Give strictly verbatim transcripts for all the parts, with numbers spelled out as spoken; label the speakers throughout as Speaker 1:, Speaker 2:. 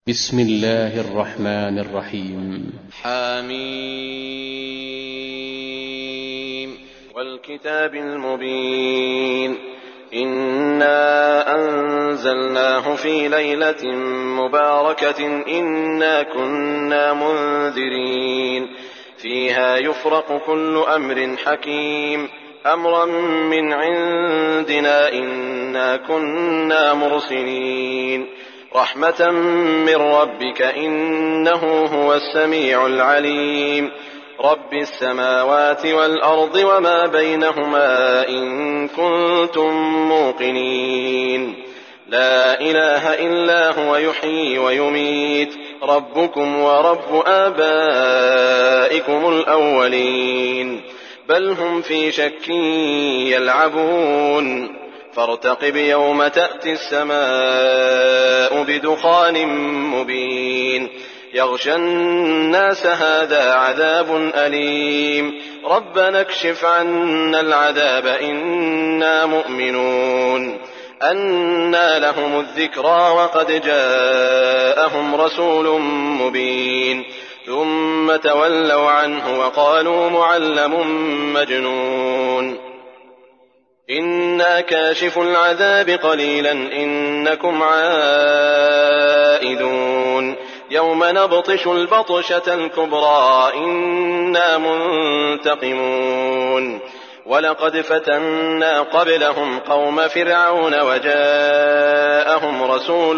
Speaker 1: بسم الله الرحمن الرحيم.
Speaker 2: حميم والكتاب المبين. إنا أنزلناه في ليلة مباركة إنا كنا منذرين فيها يفرق كل أمر حكيم أمرا من عندنا إنا كنا مرسلين رحمة من ربك إنه هو السميع العليم رب السماوات والأرض وما بينهما إن كنتم موقنين لا إله إلا هو يحيي ويميت ربكم ورب آبائكم الأولين بل هم في شك يلعبون فارتقب يوم تأتي السماء بدخان مبين يغشى الناس هذا عذاب أليم ربنا اكشف عنا العذاب إنا مؤمنون أنى لهم الذكرى وقد جاءهم رسول مبين ثم تولوا عنه وقالوا معلم مجنون إنا كاشف العذاب قليلا إنكم عائدون يوم نبطش البطشة الكبرى إنا منتقمون ولقد فتنا قبلهم قوم فرعون وجاءهم رسول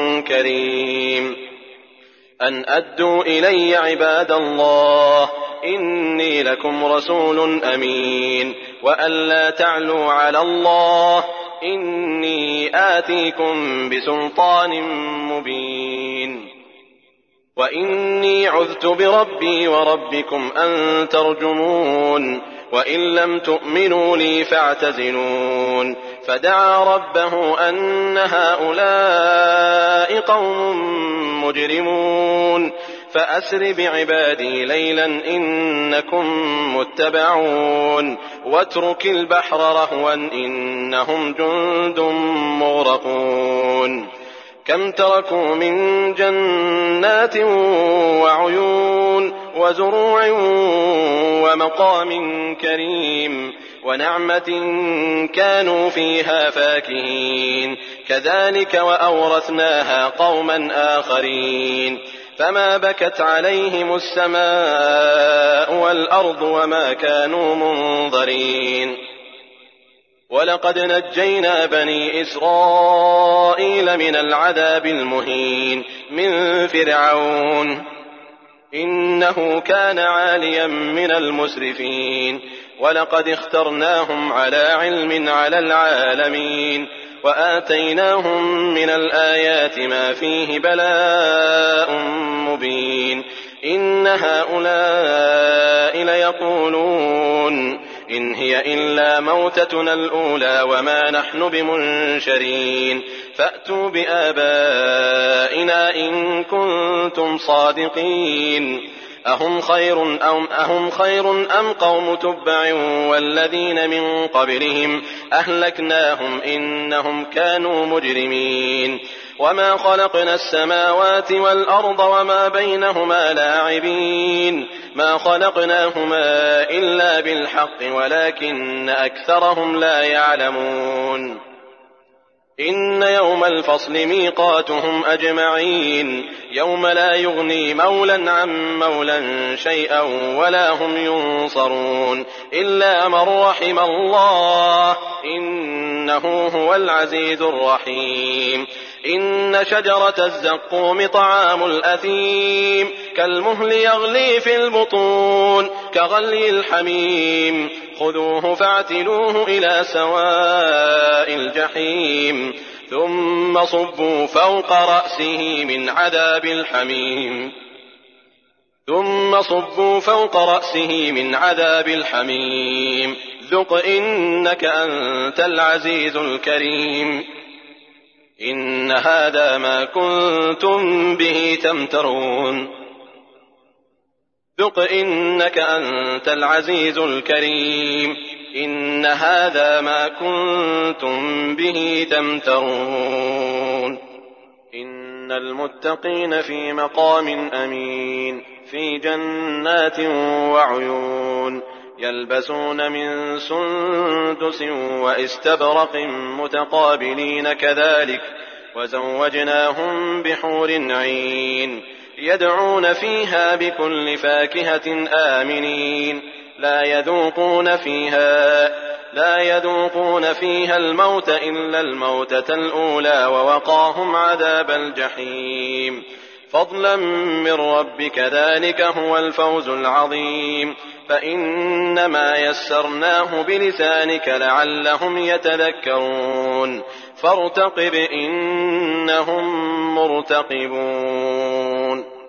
Speaker 2: كريم أن أدوا إلي عباد الله إني لكم رسول أمين وأن لا تعلوا على الله إني آتيكم بسلطان مبين وإني عذت بربي وربكم أن ترجمون وإن لم تؤمنوا لي فاعتزلون فدعا ربه أن هؤلاء قوم مجرمون فأسر بعبادي ليلا إنكم متبعون واترك البحر رهوا إنهم جند مغرقون كم تركوا من جنات وعيون وزروع ومقام كريم ونعمة كانوا فيها فاكهين كذلك وأورثناها قوما آخرين فما بكت عليهم السماء والأرض وما كانوا منظرين ولقد نجينا بني إسرائيل من العذاب المهين من فرعون إنه كان عاليا من المسرفين ولقد اخترناهم على علم على العالمين وآتيناهم من الآيات ما فيه بلاء مبين إن هؤلاء ليقولون إن هي إلا موتتنا الأولى وما نحن بمنشرين فأتوا بآبائنا إن كنتم صادقين أهم خير أم, أهم خير أم قوم تبع والذين من قبلهم أهلكناهم إنهم كانوا مجرمين وما خلقنا السماوات والأرض وما بينهما لاعبين ما خلقناهما إلا بالحق ولكن أكثرهم لا يعلمون إن يوم الفصل ميقاتهم أجمعين يوم لا يغني مولا عن مولا شيئا ولا هم ينصرون إلا من رحم الله إنه هو العزيز الرحيم إن شجرة الزقوم طعام الأثيم كالمهل يغلي في البطون كغلي الحميم خذوه فاعتلوه إلى سواء الجحيم ثم صبوا فوق رأسه من عذاب الحميم ثم صبوا فوق رأسه من عذاب الحميم ذق إنك أنت العزيز الكريم إن هذا ما كنتم به تمترون ذق إنك أنت العزيز الكريم إن هذا ما كنتم به تمترون إن المتقين في مقام أمين في جنات وعيون يلبسون من سندس وإستبرق متقابلين كذلك وزوجناهم بحور عين يدعون فيها بكل فاكهة آمنين لا يذوقون فيها لا يذوقون فيها الموت إلا الموتة الأولى ووقاهم عذاب الجحيم فضلا من ربك ذلك هو الفوز العظيم فإنما يسرناه بلسانك لعلهم يتذكرون فارتقب إنهم مرتقبون